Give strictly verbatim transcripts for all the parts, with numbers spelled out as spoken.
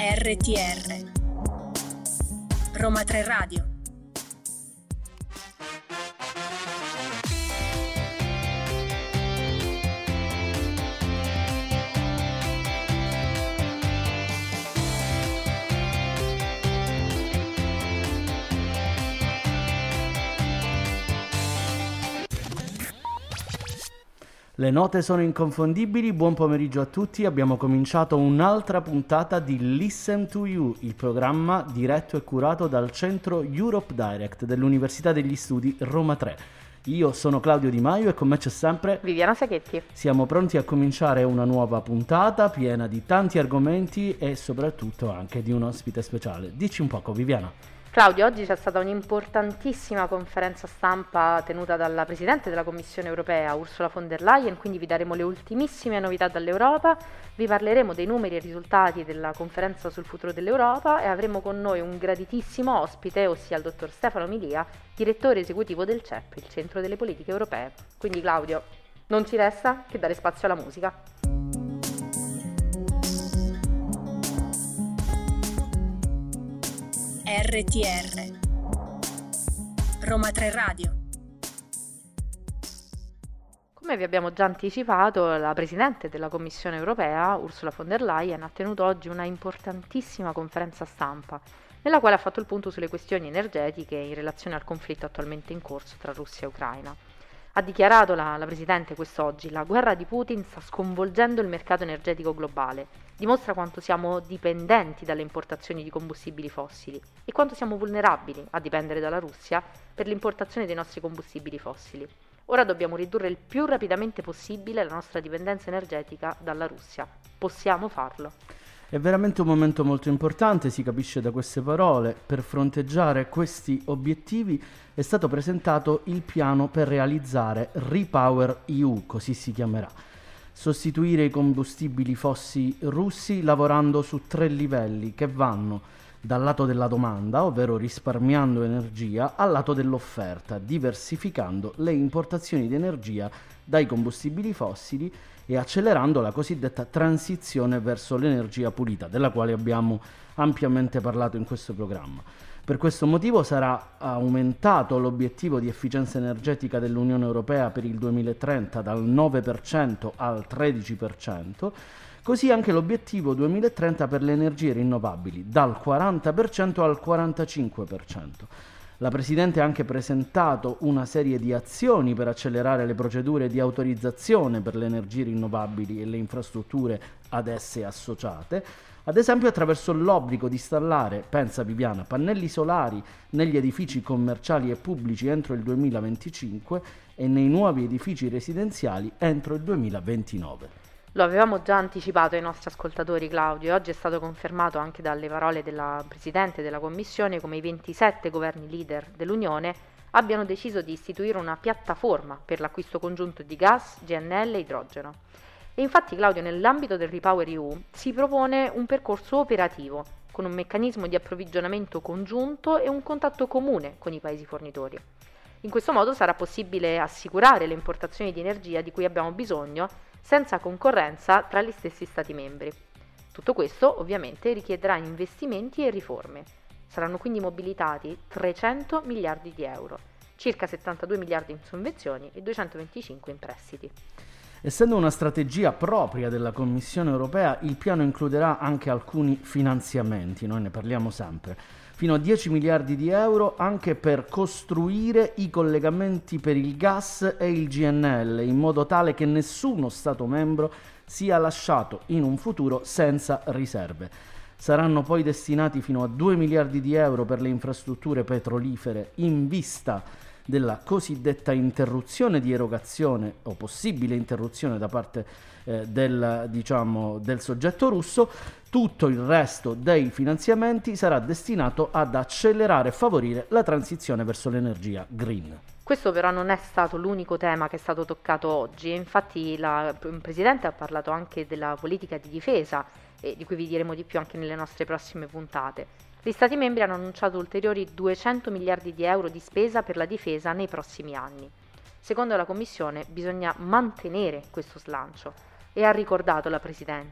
R T R Roma tre Radio. Le note sono inconfondibili, buon pomeriggio a tutti, abbiamo cominciato un'altra puntata di Listen to You, il programma diretto e curato dal centro Europe Direct dell'Università degli Studi Roma tre. Io sono Claudio Di Maio e con me c'è sempre Viviana Sacchetti. Siamo pronti a cominciare una nuova puntata piena di tanti argomenti e soprattutto anche di un ospite speciale. Dici un poco, Viviana. Claudio, oggi c'è stata un'importantissima conferenza stampa tenuta dalla Presidente della Commissione Europea, Ursula von der Leyen, quindi vi daremo le ultimissime novità dall'Europa, vi parleremo dei numeri e risultati della conferenza sul futuro dell'Europa e avremo con noi un graditissimo ospite, ossia il dottor Stefano Milia, direttore esecutivo del C E P, il Centro delle Politiche Europee. Quindi Claudio, non ci resta che dare spazio alla musica. R T R Roma tre Radio. Come vi abbiamo già anticipato, la Presidente della Commissione Europea, Ursula von der Leyen, ha tenuto oggi una importantissima conferenza stampa, nella quale ha fatto il punto sulle questioni energetiche in relazione al conflitto attualmente in corso tra Russia e Ucraina. Ha dichiarato la, la Presidente quest'oggi: la guerra di Putin sta sconvolgendo il mercato energetico globale, dimostra quanto siamo dipendenti dalle importazioni di combustibili fossili e quanto siamo vulnerabili a dipendere dalla Russia per l'importazione dei nostri combustibili fossili. Ora dobbiamo ridurre il più rapidamente possibile la nostra dipendenza energetica dalla Russia. Possiamo farlo. È veramente un momento molto importante, si capisce da queste parole. Per fronteggiare questi obiettivi è stato presentato il piano per realizzare REPower E U, così si chiamerà. Sostituire i combustibili fossili russi lavorando su tre livelli che vanno dal lato della domanda, ovvero risparmiando energia, al lato dell'offerta, diversificando le importazioni di energia dai combustibili fossili e accelerando la cosiddetta transizione verso l'energia pulita, della quale abbiamo ampiamente parlato in questo programma. Per questo motivo sarà aumentato l'obiettivo di efficienza energetica dell'Unione Europea per il duemilatrenta dal nove per cento al tredici per cento, così anche l'obiettivo duemilatrenta per le energie rinnovabili dal quaranta per cento al quarantacinque per cento. La Presidente ha anche presentato una serie di azioni per accelerare le procedure di autorizzazione per le energie rinnovabili e le infrastrutture ad esse associate, ad esempio attraverso l'obbligo di installare, pensa Viviana, pannelli solari negli edifici commerciali e pubblici entro il duemilaventicinque e nei nuovi edifici residenziali entro il duemilaventinove. Lo avevamo già anticipato ai nostri ascoltatori, Claudio, e oggi è stato confermato anche dalle parole della Presidente della Commissione come i ventisette governi leader dell'Unione abbiano deciso di istituire una piattaforma per l'acquisto congiunto di gas, G N L e idrogeno. E infatti, Claudio, nell'ambito del REPower E U si propone un percorso operativo con un meccanismo di approvvigionamento congiunto e un contatto comune con i paesi fornitori. In questo modo sarà possibile assicurare le importazioni di energia di cui abbiamo bisogno senza concorrenza tra gli stessi Stati membri. Tutto questo ovviamente richiederà investimenti e riforme. Saranno quindi mobilitati trecento miliardi di euro, circa settantadue miliardi in sovvenzioni e duecentoventicinque in prestiti. Essendo una strategia propria della Commissione Europea, il piano includerà anche alcuni finanziamenti, noi ne parliamo sempre, fino a dieci miliardi di euro anche per costruire i collegamenti per il gas e il G N L, in modo tale che nessuno Stato membro sia lasciato in un futuro senza riserve. Saranno poi destinati fino a due miliardi di euro per le infrastrutture petrolifere in vista della cosiddetta interruzione di erogazione o possibile interruzione da parte eh, del, diciamo, del soggetto russo. Tutto il resto dei finanziamenti sarà destinato ad accelerare e favorire la transizione verso l'energia green. Questo però non è stato l'unico tema che è stato toccato oggi, infatti la Presidente ha parlato anche della politica di difesa, e di cui vi diremo di più anche nelle nostre prossime puntate. Gli Stati membri hanno annunciato ulteriori duecento miliardi di euro di spesa per la difesa nei prossimi anni. Secondo la Commissione bisogna mantenere questo slancio e ha ricordato la Presidente: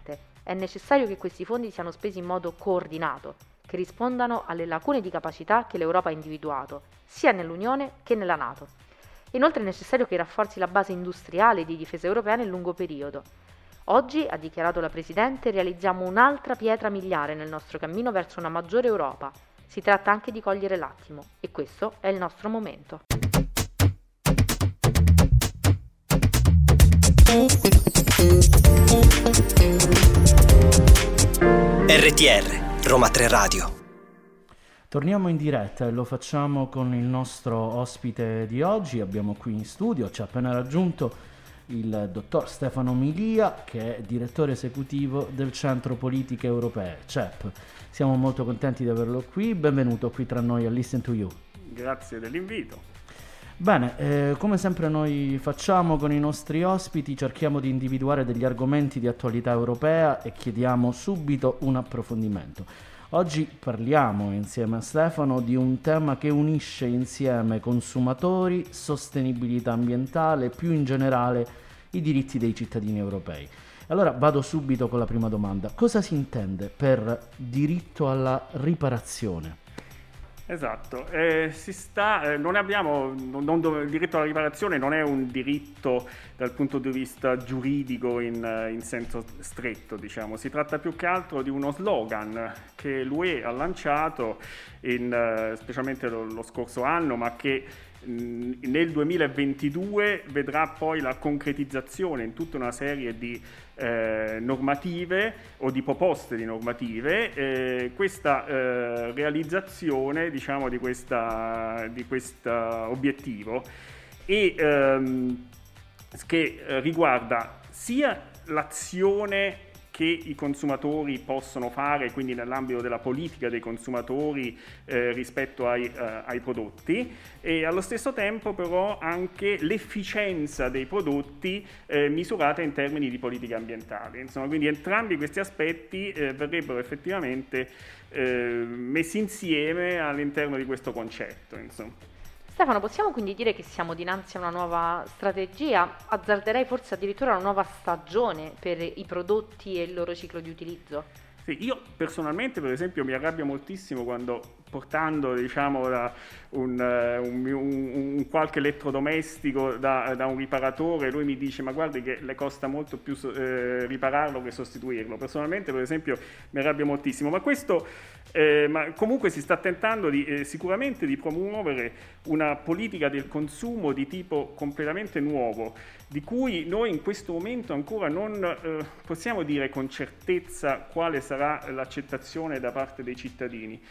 è necessario che questi fondi siano spesi in modo coordinato, che rispondano alle lacune di capacità che l'Europa ha individuato, sia nell'Unione che nella NATO. Inoltre è necessario che rafforzi la base industriale di difesa europea nel lungo periodo. Oggi, ha dichiarato la Presidente, realizziamo un'altra pietra miliare nel nostro cammino verso una maggiore Europa. Si tratta anche di cogliere l'attimo, e questo è il nostro momento. R T R, Roma tre Radio. Torniamo in diretta e lo facciamo con il nostro ospite di oggi. Abbiamo qui in studio, ci ha appena raggiunto il dottor Stefano Milia, che è direttore esecutivo del Centro Politiche Europee, C E P. Siamo molto contenti di averlo qui, benvenuto qui tra noi a Listen to You. Grazie dell'invito. Bene, eh, come sempre noi facciamo con i nostri ospiti, cerchiamo di individuare degli argomenti di attualità europea e chiediamo subito un approfondimento. Oggi parliamo insieme a Stefano di un tema che unisce insieme consumatori, sostenibilità ambientale e più in generale i diritti dei cittadini europei. Allora vado subito con la prima domanda. Cosa si intende per diritto alla riparazione? Esatto, eh, si sta, eh, non abbiamo, non, non dove, il diritto alla riparazione non è un diritto dal punto di vista giuridico in, in senso stretto, diciamo. Si tratta più che altro di uno slogan che l'U E ha lanciato in, eh, specialmente lo, lo scorso anno, ma che mh, nel duemilaventidue vedrà poi la concretizzazione in tutta una serie di Eh, normative o di proposte di normative, eh, questa eh, realizzazione, diciamo, di questa di questo obiettivo e ehm, che riguarda sia l'azione che i consumatori possono fare, quindi nell'ambito della politica dei consumatori eh, rispetto ai, eh, ai prodotti, e allo stesso tempo però anche l'efficienza dei prodotti eh, misurata in termini di politica ambientale. Insomma, quindi entrambi questi aspetti eh, verrebbero effettivamente eh, messi insieme all'interno di questo concetto, insomma. Stefano, possiamo quindi dire che siamo dinanzi a una nuova strategia? Azzarderei forse addirittura una nuova stagione per i prodotti e il loro ciclo di utilizzo? Sì, io personalmente, per esempio, mi arrabbio moltissimo quando, portando, diciamo, da un, un, un, un qualche elettrodomestico da, da un riparatore, lui mi dice: ma guardi che le costa molto più eh, ripararlo che sostituirlo. Personalmente, per esempio, mi arrabbio moltissimo, ma questo eh, ma comunque si sta tentando di, eh, sicuramente di promuovere una politica del consumo di tipo completamente nuovo, di cui noi in questo momento ancora non eh, possiamo dire con certezza quale sarà l'accettazione da parte dei cittadini.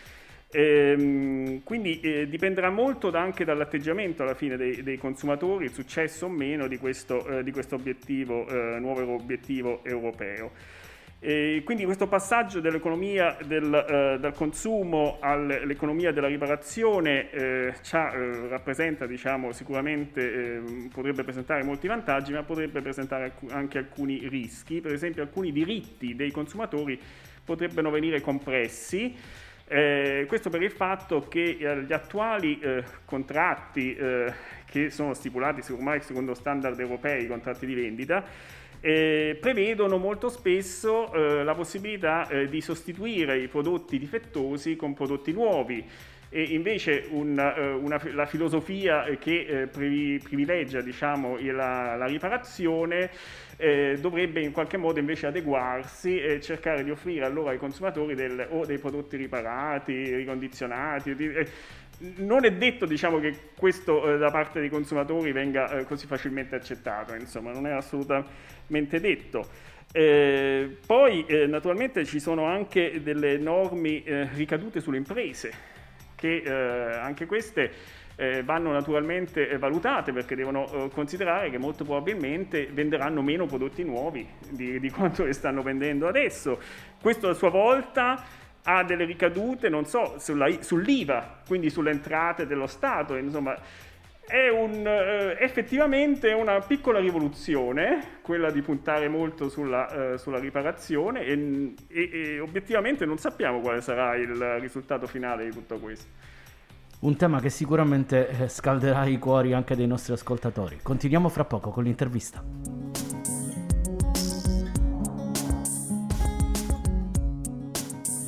Ehm, quindi eh, dipenderà molto da, anche dall'atteggiamento alla fine dei, dei consumatori, il successo o meno di questo, eh, di questo obiettivo, eh, nuovo obiettivo europeo. E quindi questo passaggio dell'economia del, eh, dal consumo all'economia della riparazione eh, eh, rappresenta, diciamo, sicuramente eh, potrebbe presentare molti vantaggi, ma potrebbe presentare anche alcuni rischi. Per esempio, alcuni diritti dei consumatori potrebbero venire compressi. Eh, questo per il fatto che eh, gli attuali eh, contratti eh, che sono stipulati ormai secondo standard europei, i contratti di vendita, Eh, prevedono molto spesso eh, la possibilità eh, di sostituire i prodotti difettosi con prodotti nuovi, e invece una, una, la filosofia che eh, privilegia, diciamo, la, la riparazione eh, dovrebbe in qualche modo invece adeguarsi e cercare di offrire allora ai consumatori del, o dei prodotti riparati, ricondizionati. Di, eh, non è detto, diciamo, che questo eh, da parte dei consumatori venga eh, così facilmente accettato, insomma, non è assolutamente detto. Eh, poi eh, naturalmente ci sono anche delle enormi eh, ricadute sulle imprese, che eh, anche queste eh, vanno naturalmente eh, valutate, perché devono eh, considerare che molto probabilmente venderanno meno prodotti nuovi di, di quanto le stanno vendendo adesso. Questo a sua volta ha delle ricadute, non so, sulla, sull'I V A, quindi sulle entrate dello Stato. Insomma, è un, eh, effettivamente una piccola rivoluzione, quella di puntare molto sulla, eh, sulla riparazione, e, e, e obiettivamente non sappiamo quale sarà il risultato finale di tutto questo. Un tema che sicuramente eh, scalderà i cuori anche dei nostri ascoltatori. Continuiamo fra poco con l'intervista.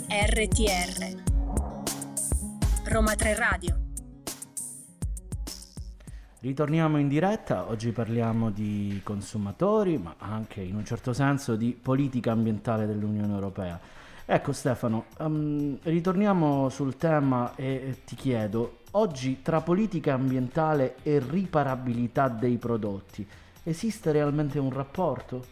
R T R Roma tre Radio. Ritorniamo in diretta, oggi parliamo di consumatori, ma anche in un certo senso di politica ambientale dell'Unione Europea. Ecco Stefano, um, ritorniamo sul tema e ti chiedo, oggi tra politica ambientale e riparabilità dei prodotti, esiste realmente un rapporto?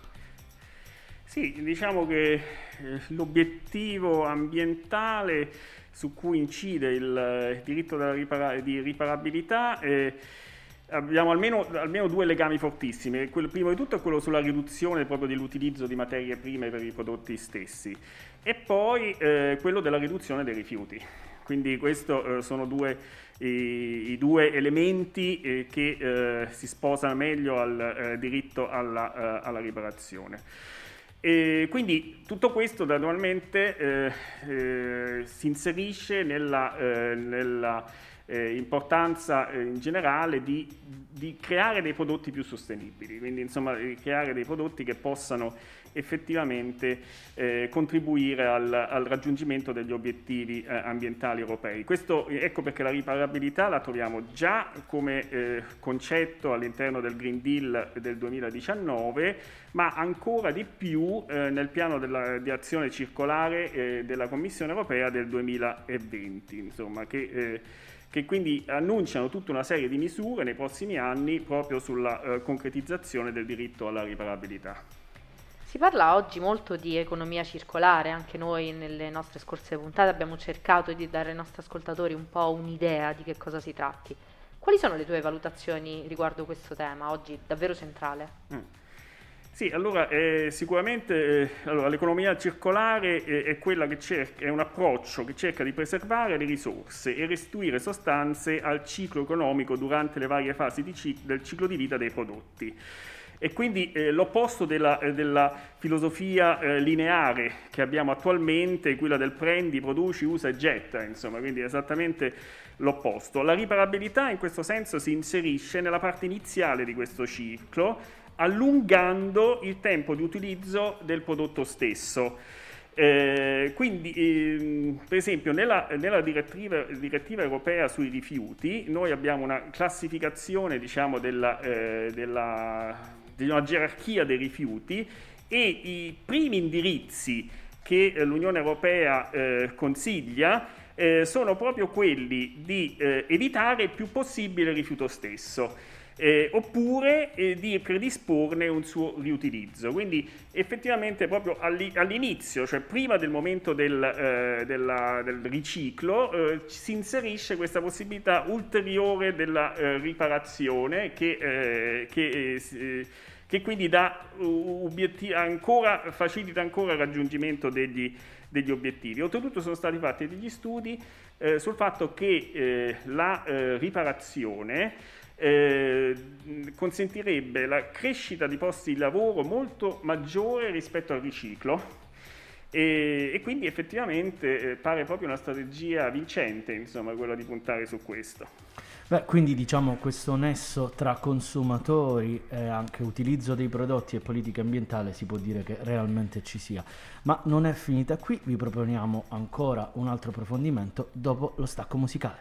Sì, diciamo che eh, l'obiettivo ambientale su cui incide il, il diritto della ripara- di riparabilità eh, abbiamo almeno, almeno due legami fortissimi. Quello, primo di tutto è quello sulla riduzione proprio dell'utilizzo di materie prime per i prodotti stessi e poi eh, quello della riduzione dei rifiuti. Quindi questi eh, sono due, i, i due elementi eh, che eh, si sposano meglio al eh, diritto alla, eh, alla riparazione. E quindi tutto questo naturalmente eh, eh, si inserisce nella, eh, nella eh, importanza eh, in generale di, di creare dei prodotti più sostenibili, quindi insomma di creare dei prodotti che possano effettivamente eh, contribuire al, al raggiungimento degli obiettivi eh, ambientali europei. Questo, ecco perché la riparabilità la troviamo già come eh, concetto all'interno del Green Deal del duemiladiciannove, ma ancora di più eh, nel piano della, di azione circolare eh, della Commissione Europea del duemilaventi, insomma, che eh, che quindi annunciano tutta una serie di misure nei prossimi anni proprio sulla eh, concretizzazione del diritto alla riparabilità. Si parla oggi molto di economia circolare, anche noi nelle nostre scorse puntate abbiamo cercato di dare ai nostri ascoltatori un po' un'idea di che cosa si tratti. Quali sono le tue valutazioni riguardo questo tema, oggi davvero centrale? Mm. Sì, allora eh, sicuramente eh, allora, l'economia circolare eh, è quella che cerca, è un approccio che cerca di preservare le risorse e restituire sostanze al ciclo economico durante le varie fasi di cic- del ciclo di vita dei prodotti. E quindi eh, l'opposto della, eh, della filosofia eh, lineare che abbiamo attualmente, quella del prendi, produci, usa e getta, insomma, quindi esattamente l'opposto. La riparabilità in questo senso si inserisce nella parte iniziale di questo ciclo, allungando il tempo di utilizzo del prodotto stesso. Eh, quindi, eh, per esempio, nella, nella direttiva, direttiva europea sui rifiuti, noi abbiamo una classificazione, diciamo, della, eh, della, di una gerarchia dei rifiuti e i primi indirizzi che l'Unione Europea eh, consiglia eh, sono proprio quelli di eh, evitare il più possibile il rifiuto stesso. Eh, oppure eh, di predisporne un suo riutilizzo. Quindi effettivamente proprio all'inizio, cioè prima del momento del, eh, della, del riciclo, eh, si inserisce questa possibilità ulteriore della eh, riparazione che, eh, che, eh, che quindi dà obiettivi ancora, facilita ancora il raggiungimento degli, degli obiettivi. Oltretutto sono stati fatti degli studi eh, sul fatto che eh, la eh, riparazione Eh, consentirebbe la crescita di posti di lavoro molto maggiore rispetto al riciclo e, e quindi effettivamente eh, pare proprio una strategia vincente, insomma, quella di puntare su questo. Beh, quindi diciamo questo nesso tra consumatori e anche utilizzo dei prodotti e politica ambientale si può dire che realmente ci sia, ma non è finita qui, vi proponiamo ancora un altro approfondimento dopo lo stacco musicale.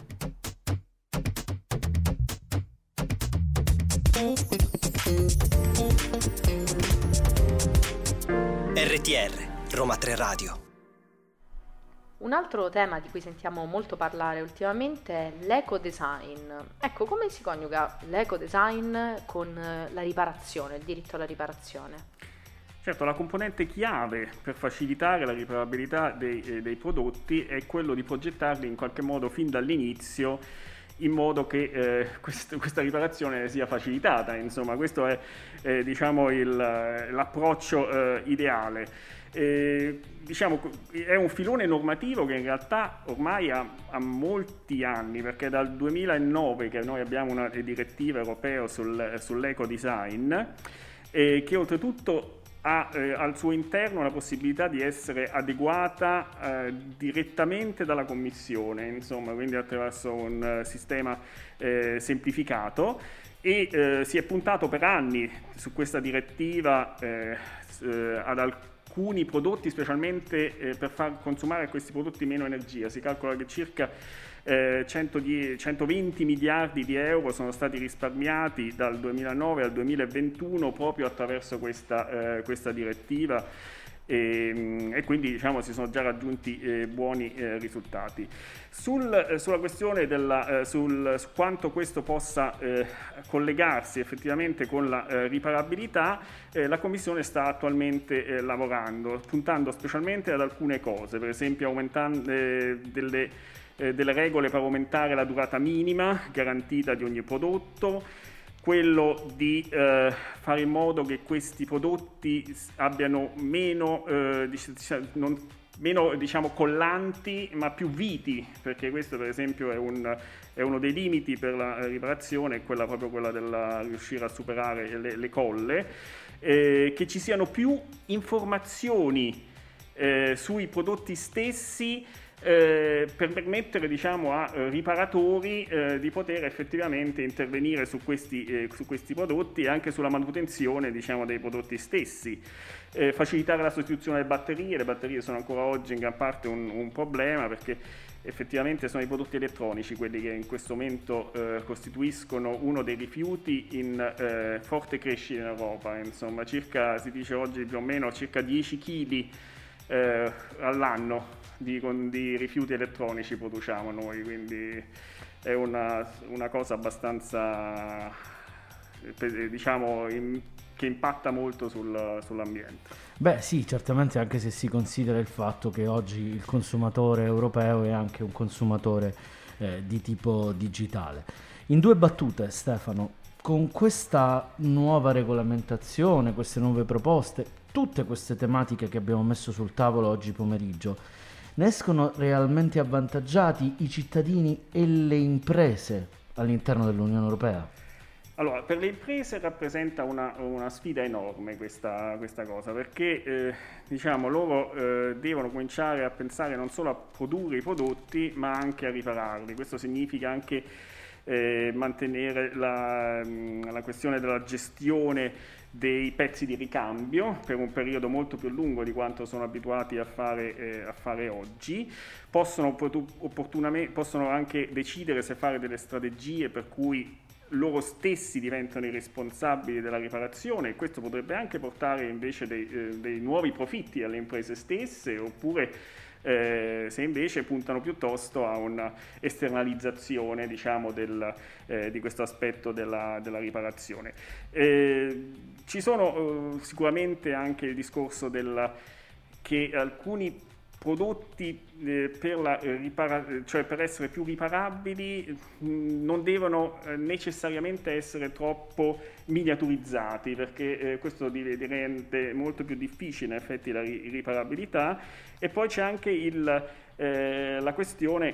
R T R Roma tre Radio. Un altro tema di cui sentiamo molto parlare ultimamente è l'ecodesign. Ecco, come si coniuga l'ecodesign con la riparazione, il diritto alla riparazione? Certo, la componente chiave per facilitare la riparabilità dei, eh, dei prodotti è quello di progettarli in qualche modo fin dall'inizio, in modo che eh, quest- questa riparazione sia facilitata. Insomma, questo è eh, diciamo il, l'approccio eh, ideale. Eh, diciamo, è un filone normativo che in realtà ormai ha, ha molti anni, perché dal duemilanove che noi abbiamo una direttiva europea sul, sull'ecodesign, eh, che oltretutto ha eh, al suo interno la possibilità di essere adeguata eh, direttamente dalla Commissione, insomma, quindi attraverso un uh, sistema eh, semplificato, e eh, si è puntato per anni su questa direttiva eh, eh, ad alcuni alcuni prodotti, specialmente eh, per far consumare a questi prodotti meno energia. Si calcola che circa eh, centodieci, centoventi miliardi di euro sono stati risparmiati dal duemilanove al duemilaventuno proprio attraverso questa, eh, questa direttiva. E, e quindi diciamo si sono già raggiunti eh, buoni eh, risultati. Sul, eh, sulla questione della, eh, sul, su quanto questo possa eh, collegarsi effettivamente con la eh, riparabilità, eh, la Commissione sta attualmente eh, lavorando, puntando specialmente ad alcune cose, per esempio aumentando eh, delle, eh, delle regole per aumentare la durata minima garantita di ogni prodotto, quello di eh, fare in modo che questi prodotti abbiano meno, eh, non, meno diciamo, collanti ma più viti, perché questo per esempio è, un, è uno dei limiti per la riparazione, è quella, proprio quella della riuscire a superare le, le colle, eh, che ci siano più informazioni eh, sui prodotti stessi, Eh, per permettere diciamo, a eh, riparatori eh, di poter effettivamente intervenire su questi, eh, su questi prodotti e anche sulla manutenzione diciamo, dei prodotti stessi. Eh, facilitare la sostituzione delle batterie. Le batterie sono ancora oggi in gran parte un, un problema, perché effettivamente sono i prodotti elettronici quelli che in questo momento eh, costituiscono uno dei rifiuti in eh, forte crescita in Europa. Insomma, circa, si dice oggi più o meno circa dieci chili eh, all'anno Di, di rifiuti elettronici produciamo noi, quindi è una, una cosa abbastanza diciamo in, che impatta molto sul, sull'ambiente. Beh sì, certamente, anche se si considera il fatto che oggi il consumatore europeo è anche un consumatore eh, di tipo digitale. In due battute, Stefano, con questa nuova regolamentazione, queste nuove proposte, tutte queste tematiche che abbiamo messo sul tavolo oggi pomeriggio, ne escono realmente avvantaggiati i cittadini e le imprese all'interno dell'Unione Europea? Allora, per le imprese rappresenta una, una sfida enorme questa, questa cosa, perché eh, diciamo, loro eh, devono cominciare a pensare non solo a produrre i prodotti, ma anche a ripararli. Questo significa anche eh, mantenere la, la questione della gestione dei pezzi di ricambio per un periodo molto più lungo di quanto sono abituati a fare, eh, a fare oggi. Possono, opportunamente, possono anche decidere se fare delle strategie per cui loro stessi diventano i responsabili della riparazione, e questo potrebbe anche portare invece dei, eh, dei nuovi profitti alle imprese stesse, oppure Eh, se invece puntano piuttosto a una esternalizzazione diciamo, del, eh, di questo aspetto della, della riparazione. Eh, ci sono eh, sicuramente anche il discorso del, che alcuni prodotti eh, per, la, eh, ripara- cioè per essere più riparabili mh, non devono eh, necessariamente essere troppo miniaturizzati, perché eh, questo di, di rende molto più difficile in effetti la ri- riparabilità. E poi c'è anche il, eh, la questione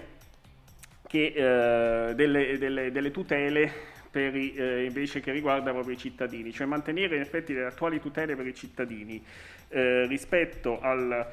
che, eh, delle, delle, delle tutele per i, eh, invece che riguarda proprio i cittadini, cioè mantenere in effetti le attuali tutele per i cittadini eh, rispetto al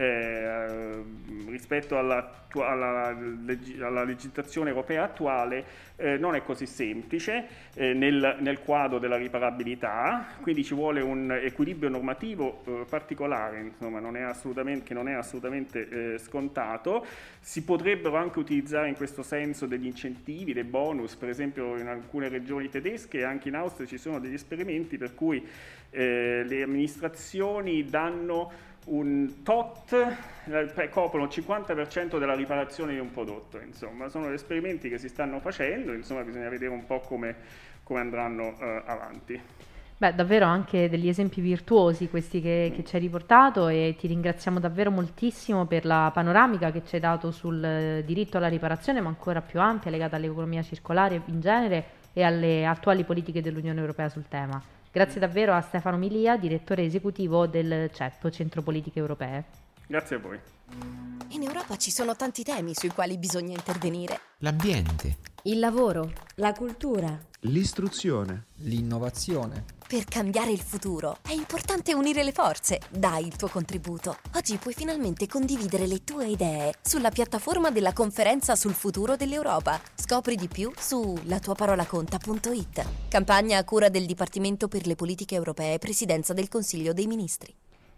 Eh, rispetto alla, alla, alla legislazione europea attuale eh, non è così semplice eh, nel, nel quadro della riparabilità, quindi ci vuole un equilibrio normativo eh, particolare, insomma, non è assolutamente, che non è assolutamente eh, scontato. Si potrebbero anche utilizzare in questo senso degli incentivi, dei bonus, per esempio in alcune regioni tedesche e anche in Austria ci sono degli esperimenti per cui eh, le amministrazioni danno un tot, eh, coprono il cinquanta per cento della riparazione di un prodotto. Insomma, sono esperimenti che si stanno facendo, insomma bisogna vedere un po' come, come andranno eh, avanti. Beh, davvero anche degli esempi virtuosi questi che, che ci hai riportato, e ti ringraziamo davvero moltissimo per la panoramica che ci hai dato sul diritto alla riparazione, ma ancora più ampia, legata all'economia circolare in genere e alle attuali politiche dell'Unione Europea sul tema. Grazie davvero a Stefano Milia, direttore esecutivo del CEP, Centro Politiche Europee. Grazie a voi. In Europa ci sono tanti temi sui quali bisogna intervenire. L'ambiente, il lavoro, la cultura, l'istruzione, l'innovazione. Per cambiare il futuro è importante unire le forze. Dai il tuo contributo. Oggi puoi finalmente condividere le tue idee sulla piattaforma della conferenza sul futuro dell'Europa. Scopri di più su la tua parola conta punto it. Campagna a cura del Dipartimento per le Politiche Europee, Presidenza del Consiglio dei Ministri.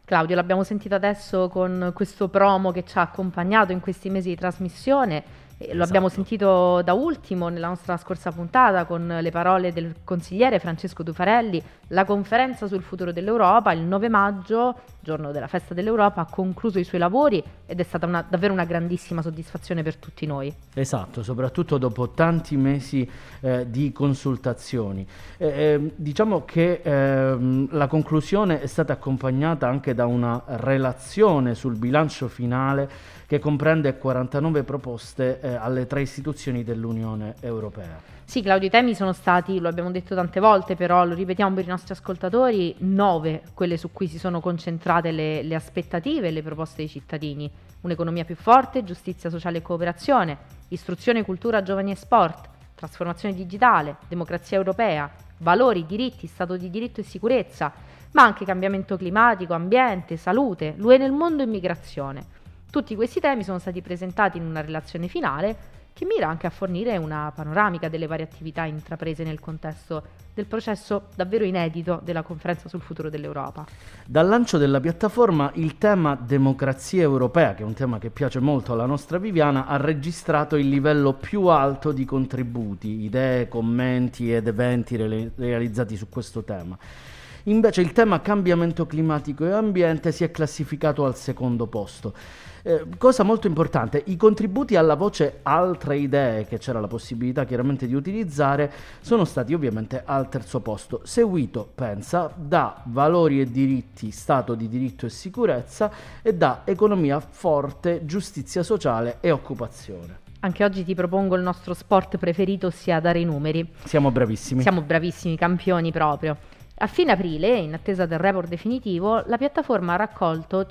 Claudio, l'abbiamo sentito adesso con questo promo che ci ha accompagnato in questi mesi di trasmissione. Lo esatto. Abbiamo sentito da ultimo nella nostra scorsa puntata con le parole del consigliere Francesco Tufarelli. La conferenza sul futuro dell'Europa il nove maggio, giorno della festa dell'Europa, ha concluso i suoi lavori ed è stata una, davvero una grandissima soddisfazione per tutti noi. Esatto, soprattutto dopo tanti mesi eh, di consultazioni. Eh, eh, diciamo che eh, la conclusione è stata accompagnata anche da una relazione sul bilancio finale che comprende quarantanove proposte eh, alle tre istituzioni dell'Unione Europea. Sì, Claudio, i temi sono stati, lo abbiamo detto tante volte, però lo ripetiamo per i nostri ascoltatori, nove quelle su cui si sono concentrate le, le aspettative e le proposte dei cittadini. Un'economia più forte, giustizia sociale e cooperazione, istruzione, cultura, giovani e sport, trasformazione digitale, democrazia europea, valori, diritti, stato di diritto e sicurezza, ma anche cambiamento climatico, ambiente, salute, l'U E nel mondo e immigrazione. Tutti questi temi sono stati presentati in una relazione finale che mira anche a fornire una panoramica delle varie attività intraprese nel contesto del processo davvero inedito della conferenza sul futuro dell'Europa. Dal lancio della piattaforma il tema democrazia europea, che è un tema che piace molto alla nostra Viviana, ha registrato il livello più alto di contributi, idee, commenti ed eventi re- realizzati su questo tema. Invece il tema cambiamento climatico e ambiente si è classificato al secondo posto. Eh, cosa molto importante, i contributi alla voce altre idee, che c'era la possibilità chiaramente di utilizzare, sono stati ovviamente al terzo posto, seguito, pensa, da valori e diritti, stato di diritto e sicurezza, e da economia forte, giustizia sociale e occupazione. Anche oggi ti propongo il nostro sport preferito, ossia dare i numeri. Siamo bravissimi. Siamo bravissimi, campioni proprio. A fine aprile, in attesa del report definitivo, la piattaforma ha raccolto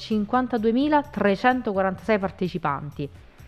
cinquantaduemilatrecentoquarantasei partecipanti,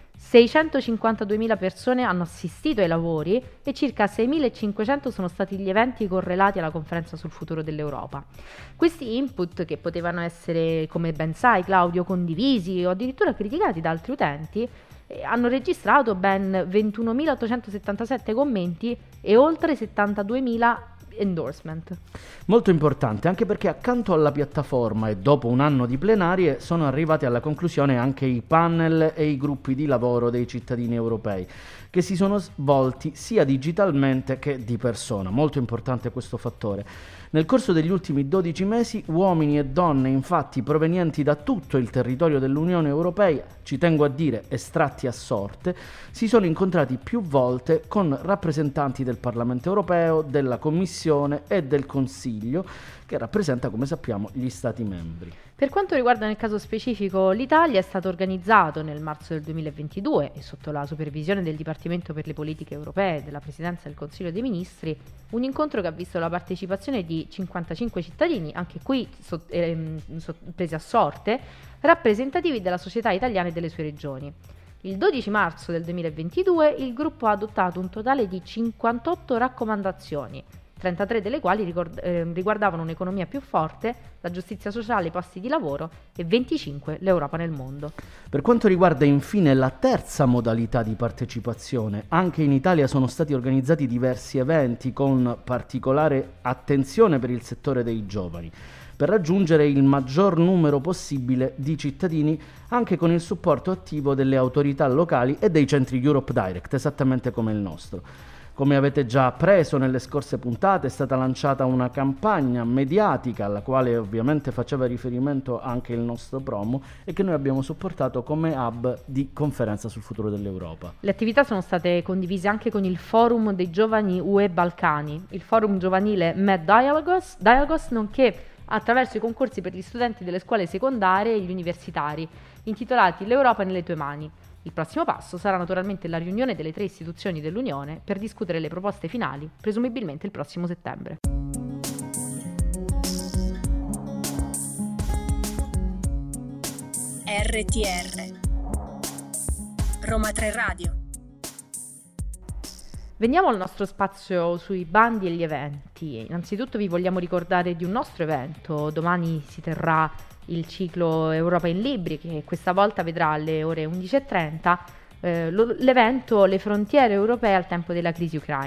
seicentocinquantaduemila persone hanno assistito ai lavori e circa seimilacinquecento sono stati gli eventi correlati alla conferenza sul futuro dell'Europa. Questi input, che potevano essere, come ben sai Claudio, condivisi o addirittura criticati da altri utenti, hanno registrato ben ventunomilaottocentosettantasette commenti e oltre settantaduemila endorsement. Molto importante, anche perché accanto alla piattaforma e dopo un anno di plenarie sono arrivati alla conclusione anche i panel e i gruppi di lavoro dei cittadini europei, che si sono svolti sia digitalmente che di persona. Molto importante questo fattore. Nel corso degli ultimi dodici mesi uomini e donne, infatti, provenienti da tutto il territorio dell'Unione Europea, ci tengo a dire estratti a sorte, si sono incontrati più volte con rappresentanti del Parlamento Europeo, della Commissione e del Consiglio, che rappresenta, come sappiamo, gli Stati membri. Per quanto riguarda nel caso specifico l'Italia, è stato organizzato nel marzo del duemilaventidue e sotto la supervisione del Dipartimento per le politiche europee della Presidenza del Consiglio dei Ministri un incontro che ha visto la partecipazione di cinquantacinque cittadini, anche qui so, ehm, so, presi a sorte, rappresentativi della società italiana e delle sue regioni. Il dodici marzo del duemilaventidue il gruppo ha adottato un totale di cinquantotto raccomandazioni, trentatré delle quali ricord- eh, riguardavano un'economia più forte, la giustizia sociale, i posti di lavoro e venticinque l'Europa nel mondo. Per quanto riguarda infine la terza modalità di partecipazione, anche in Italia sono stati organizzati diversi eventi con particolare attenzione per il settore dei giovani, per raggiungere il maggior numero possibile di cittadini, anche con il supporto attivo delle autorità locali e dei centri Europe Direct, esattamente come il nostro. Come avete già appreso nelle scorse puntate, è stata lanciata una campagna mediatica alla quale ovviamente faceva riferimento anche il nostro promo e che noi abbiamo supportato come hub di conferenza sul futuro dell'Europa. Le attività sono state condivise anche con il forum dei giovani U E Balcani, il forum giovanile Med Dialogos, Dialogos nonché attraverso i concorsi per gli studenti delle scuole secondarie e gli universitari, intitolati L'Europa nelle tue mani. Il prossimo passo sarà naturalmente la riunione delle tre istituzioni dell'Unione per discutere le proposte finali, presumibilmente il prossimo settembre. R T R Roma tre Radio. Veniamo al nostro spazio sui bandi e gli eventi. Innanzitutto vi vogliamo ricordare di un nostro evento. Domani si terrà il ciclo Europa in Libri, che questa volta vedrà alle ore undici e trenta eh, lo, l'evento Le frontiere europee al tempo della crisi ucraina.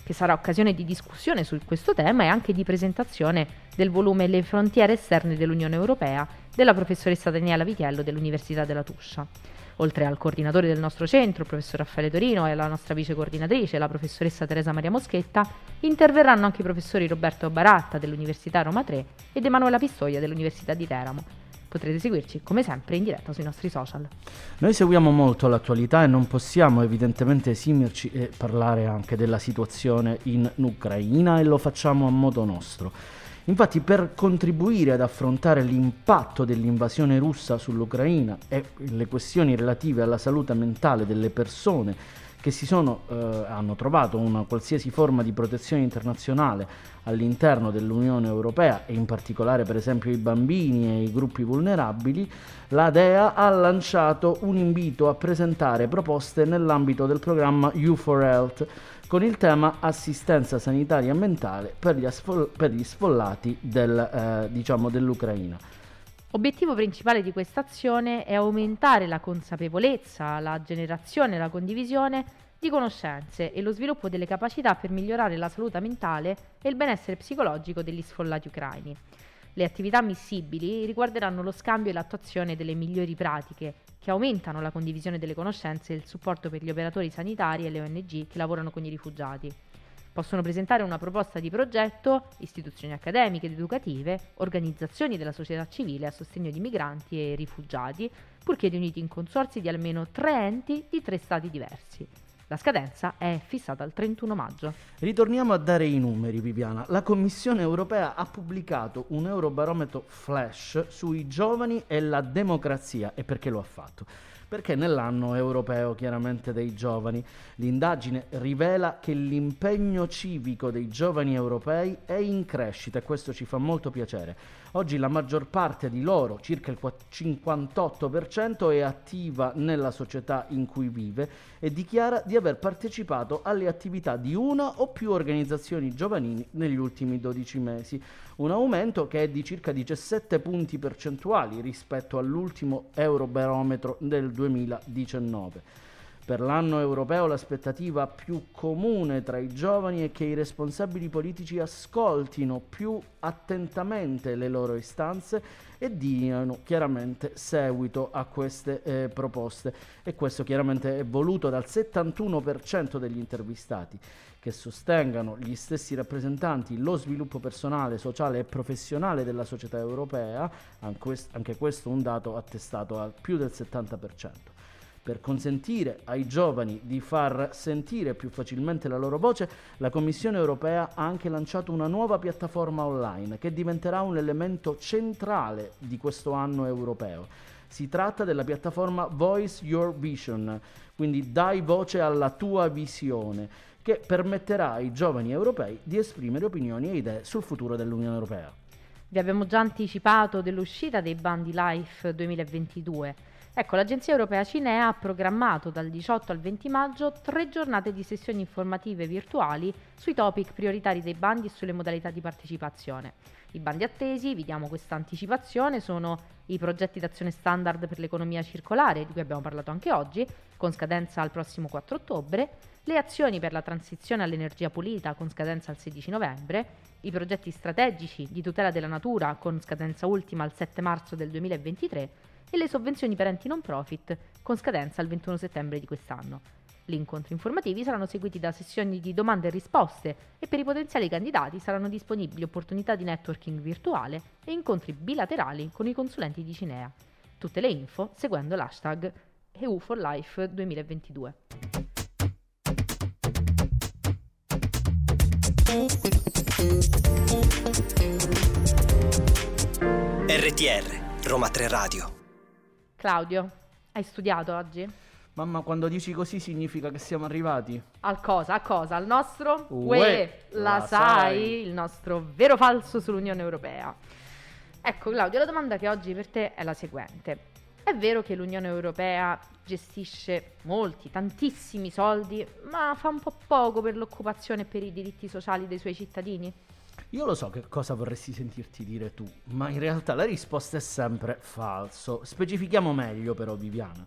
che sarà occasione di discussione su questo tema e anche di presentazione del volume Le frontiere esterne dell'Unione Europea della professoressa Daniela Vitiello dell'Università della Tuscia. Oltre al coordinatore del nostro centro, il professor Raffaele Torino, e alla nostra vice coordinatrice, la professoressa Teresa Maria Moschetta, interverranno anche i professori Roberto Baratta dell'Università Roma tre ed Emanuela Pistoia dell'Università di Teramo. Potrete seguirci come sempre in diretta sui nostri social. Noi seguiamo molto l'attualità e non possiamo evidentemente esimerci e parlare anche della situazione in Ucraina, e lo facciamo a modo nostro. Infatti, per contribuire ad affrontare l'impatto dell'invasione russa sull'Ucraina e le questioni relative alla salute mentale delle persone che si sono, eh, hanno trovato una qualsiasi forma di protezione internazionale all'interno dell'Unione Europea, e in particolare per esempio i bambini e i gruppi vulnerabili, la D E A ha lanciato un invito a presentare proposte nell'ambito del programma U for Health, con il tema assistenza sanitaria mentale per gli, asfol- per gli sfollati del, eh, diciamo dell'Ucraina. Obiettivo principale di questa azione è aumentare la consapevolezza, la generazione e la condivisione di conoscenze e lo sviluppo delle capacità per migliorare la salute mentale e il benessere psicologico degli sfollati ucraini. Le attività ammissibili riguarderanno lo scambio e l'attuazione delle migliori pratiche che aumentano la condivisione delle conoscenze e il supporto per gli operatori sanitari e le O N G che lavorano con i rifugiati. Possono presentare una proposta di progetto istituzioni accademiche ed educative, organizzazioni della società civile a sostegno di migranti e rifugiati, purché riuniti in consorzi di almeno tre enti di tre stati diversi. La scadenza è fissata al trentuno maggio. Ritorniamo a dare i numeri, Viviana. La Commissione Europea ha pubblicato un Eurobarometro flash sui giovani e la democrazia. E perché lo ha fatto? Perché nell'anno europeo chiaramente dei giovani l'indagine rivela che l'impegno civico dei giovani europei è in crescita, e questo ci fa molto piacere. Oggi la maggior parte di loro, circa il cinquantotto per cento, è attiva nella società in cui vive e dichiara di aver partecipato alle attività di una o più organizzazioni giovanili negli ultimi dodici mesi, un aumento che è di circa diciassette punti percentuali rispetto all'ultimo Eurobarometro del duemiladiciannove. Per l'anno europeo l'aspettativa più comune tra i giovani è che i responsabili politici ascoltino più attentamente le loro istanze e diano chiaramente seguito a queste eh, proposte, e questo chiaramente è voluto dal settantuno per cento degli intervistati, che sostengano gli stessi rappresentanti lo sviluppo personale, sociale e professionale della società europea, anche questo un dato attestato al più del settanta per cento. Per consentire ai giovani di far sentire più facilmente la loro voce, la Commissione Europea ha anche lanciato una nuova piattaforma online che diventerà un elemento centrale di questo anno europeo. Si tratta della piattaforma Voice Your Vision, quindi dai voce alla tua visione, che permetterà ai giovani europei di esprimere opinioni e idee sul futuro dell'Unione Europea. Vi abbiamo già anticipato dell'uscita dei bandi LIFE duemilaventidue. Ecco, l'Agenzia Europea Cinea ha programmato dal diciotto al venti maggio tre giornate di sessioni informative virtuali sui topic prioritari dei bandi e sulle modalità di partecipazione. I bandi attesi, vi diamo questa anticipazione, sono i progetti d'azione standard per l'economia circolare, di cui abbiamo parlato anche oggi, con scadenza al prossimo quattro ottobre, le azioni per la transizione all'energia pulita con scadenza al sedici novembre, i progetti strategici di tutela della natura con scadenza ultima al sette marzo del duemilaventitré e le sovvenzioni per enti non profit con scadenza al ventuno settembre di quest'anno. Gli incontri informativi saranno seguiti da sessioni di domande e risposte e per i potenziali candidati saranno disponibili opportunità di networking virtuale e incontri bilaterali con i consulenti di Cinea. Tutte le info seguendo l'hashtag E U for Life duemilaventidue. R T R, Roma tre Radio. Claudio, hai studiato oggi? Mamma, quando dici così significa che siamo arrivati. Al cosa? A cosa? Al nostro? Uè, Uè, la, la sai? sai. Il nostro vero o falso sull'Unione Europea. Ecco Claudio, la domanda che oggi per te è la seguente. È vero che l'Unione Europea gestisce molti, tantissimi soldi, ma fa un po' poco per l'occupazione e per i diritti sociali dei suoi cittadini? Io lo so che cosa vorresti sentirti dire tu, ma in realtà la risposta è sempre falso. Specifichiamo meglio però, Viviana.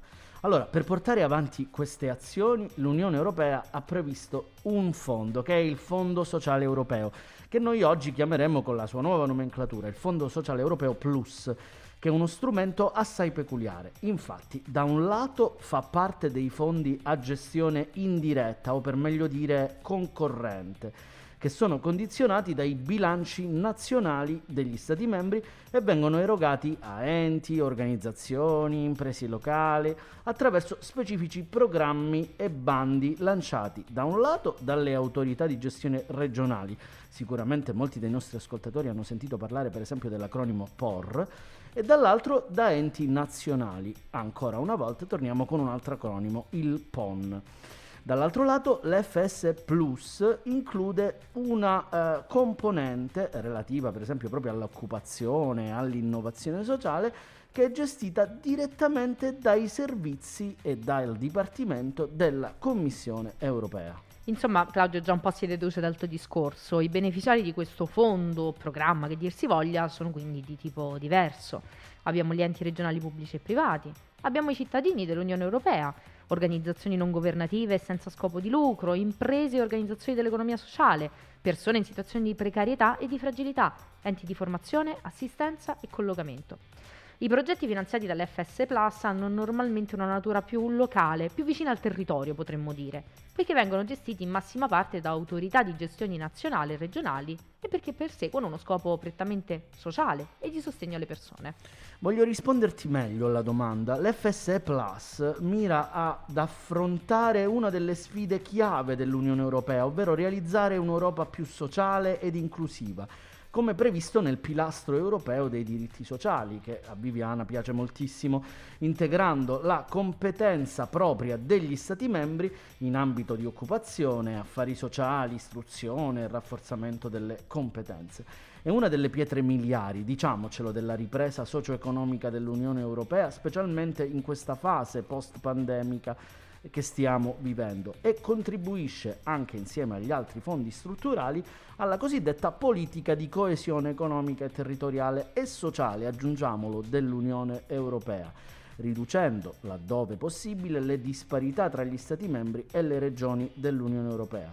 Allora, per portare avanti queste azioni, l'Unione Europea ha previsto un fondo, che è il Fondo Sociale Europeo, che noi oggi chiameremo con la sua nuova nomenclatura il Fondo Sociale Europeo Plus, che è uno strumento assai peculiare. Infatti, da un lato fa parte dei fondi a gestione indiretta, o per meglio dire concorrente, che sono condizionati dai bilanci nazionali degli Stati membri e vengono erogati a enti, organizzazioni, imprese locali attraverso specifici programmi e bandi lanciati da un lato dalle autorità di gestione regionali. Sicuramente molti dei nostri ascoltatori hanno sentito parlare per esempio dell'acronimo P O R, e dall'altro da enti nazionali. Ancora una volta torniamo con un altro acronimo, il P O N. Dall'altro lato l'F S Plus include una eh, componente relativa per esempio proprio all'occupazione, all'innovazione sociale, che è gestita direttamente dai servizi e dal Dipartimento della Commissione Europea. Insomma, Claudio, già un po' si deduce dal tuo discorso, i beneficiari di questo fondo, programma che dir si voglia, sono quindi di tipo diverso. Abbiamo gli enti regionali pubblici e privati, abbiamo i cittadini dell'Unione Europea, organizzazioni non governative senza scopo di lucro, imprese e organizzazioni dell'economia sociale, persone in situazioni di precarietà e di fragilità, enti di formazione, assistenza e collocamento. I progetti finanziati dall'F S Plus hanno normalmente una natura più locale, più vicina al territorio potremmo dire, perché vengono gestiti in massima parte da autorità di gestione nazionali e regionali e perché perseguono uno scopo prettamente sociale e di sostegno alle persone. Voglio risponderti meglio alla domanda. L'F S E Plus mira ad affrontare una delle sfide chiave dell'Unione Europea, ovvero realizzare un'Europa più sociale ed inclusiva, come previsto nel pilastro europeo dei diritti sociali, che a Viviana piace moltissimo, integrando la competenza propria degli Stati membri in ambito di occupazione, affari sociali, istruzione e rafforzamento delle competenze. È una delle pietre miliari, diciamocelo, della ripresa socio-economica dell'Unione Europea, specialmente in questa fase post-pandemica che stiamo vivendo, e contribuisce anche insieme agli altri fondi strutturali alla cosiddetta politica di coesione economica e territoriale e sociale, aggiungiamolo, dell'Unione Europea, riducendo laddove possibile le disparità tra gli Stati membri e le regioni dell'Unione Europea.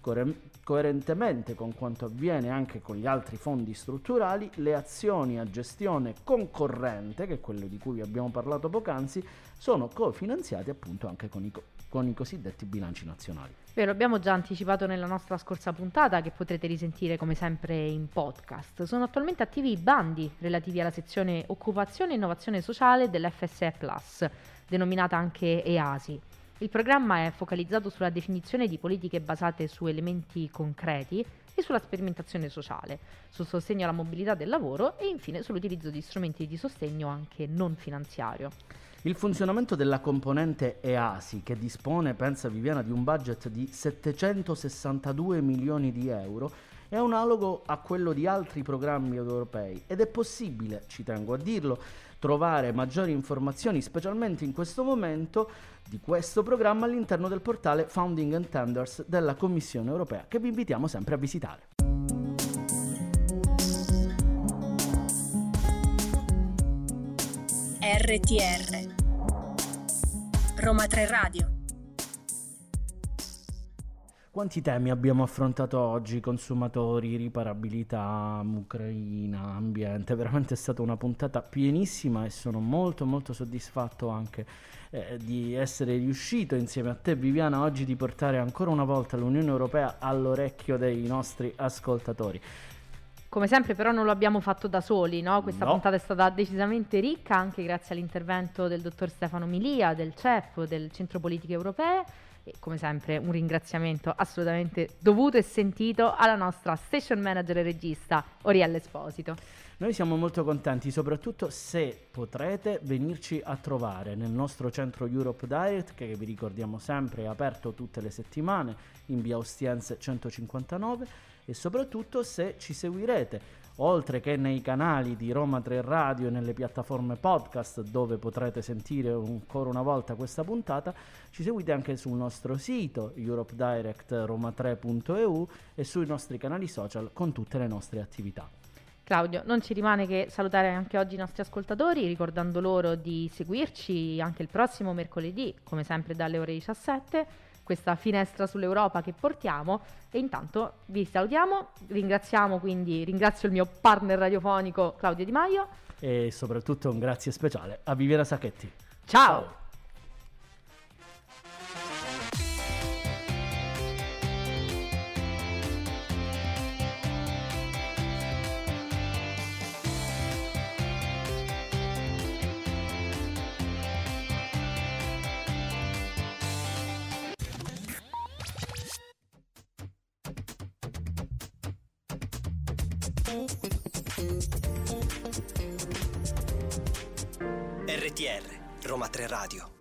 Coerentemente con quanto avviene anche con gli altri fondi strutturali, le azioni a gestione concorrente, che è quello di cui abbiamo parlato poc'anzi, sono cofinanziate appunto anche con i, co- con i cosiddetti bilanci nazionali. Ve lo abbiamo già anticipato nella nostra scorsa puntata, che potrete risentire come sempre in podcast. Sono attualmente attivi i bandi relativi alla sezione Occupazione e Innovazione Sociale dell'F S E Plus, denominata anche E A S I. Il programma è focalizzato sulla definizione di politiche basate su elementi concreti e sulla sperimentazione sociale, sul sostegno alla mobilità del lavoro e infine sull'utilizzo di strumenti di sostegno anche non finanziario. Il funzionamento della componente E A S I, che dispone, pensa Viviana, di un budget di settecentosessantadue milioni di euro, è analogo a quello di altri programmi europei ed è possibile, ci tengo a dirlo, trovare maggiori informazioni, specialmente in questo momento, di questo programma all'interno del portale Founding and Tenders della Commissione Europea, che vi invitiamo sempre a visitare. R T R Roma tre Radio. Quanti temi abbiamo affrontato oggi? Consumatori, riparabilità, Ucraina, ambiente. Veramente è stata una puntata pienissima e sono molto molto soddisfatto anche eh, di essere riuscito insieme a te, Viviana, oggi di portare ancora una volta l'Unione Europea all'orecchio dei nostri ascoltatori. Come sempre però non lo abbiamo fatto da soli, no? Questa no. puntata è stata decisamente ricca, anche grazie all'intervento del dottor Stefano Milia, del C E P, del Centro Politiche Europee, e come sempre un ringraziamento assolutamente dovuto e sentito alla nostra station manager e regista Oriella Esposito. Noi siamo molto contenti, soprattutto se potrete venirci a trovare nel nostro centro Europe Direct, che vi ricordiamo sempre è aperto tutte le settimane in via Ostiense centocinquantanove, e soprattutto se ci seguirete, oltre che nei canali di Roma tre Radio e nelle piattaforme podcast dove potrete sentire ancora una volta questa puntata, ci seguite anche sul nostro sito europe direct roma tre punto e u e sui nostri canali social con tutte le nostre attività. Claudio, non ci rimane che salutare anche oggi i nostri ascoltatori, ricordando loro di seguirci anche il prossimo mercoledì, come sempre dalle ore diciassette, questa finestra sull'Europa che portiamo, e intanto vi salutiamo, ringraziamo quindi, ringrazio il mio partner radiofonico Claudio Di Maio. E soprattutto un grazie speciale a Viviana Sacchetti. Ciao! Ciao. R T R, Roma tre Radio.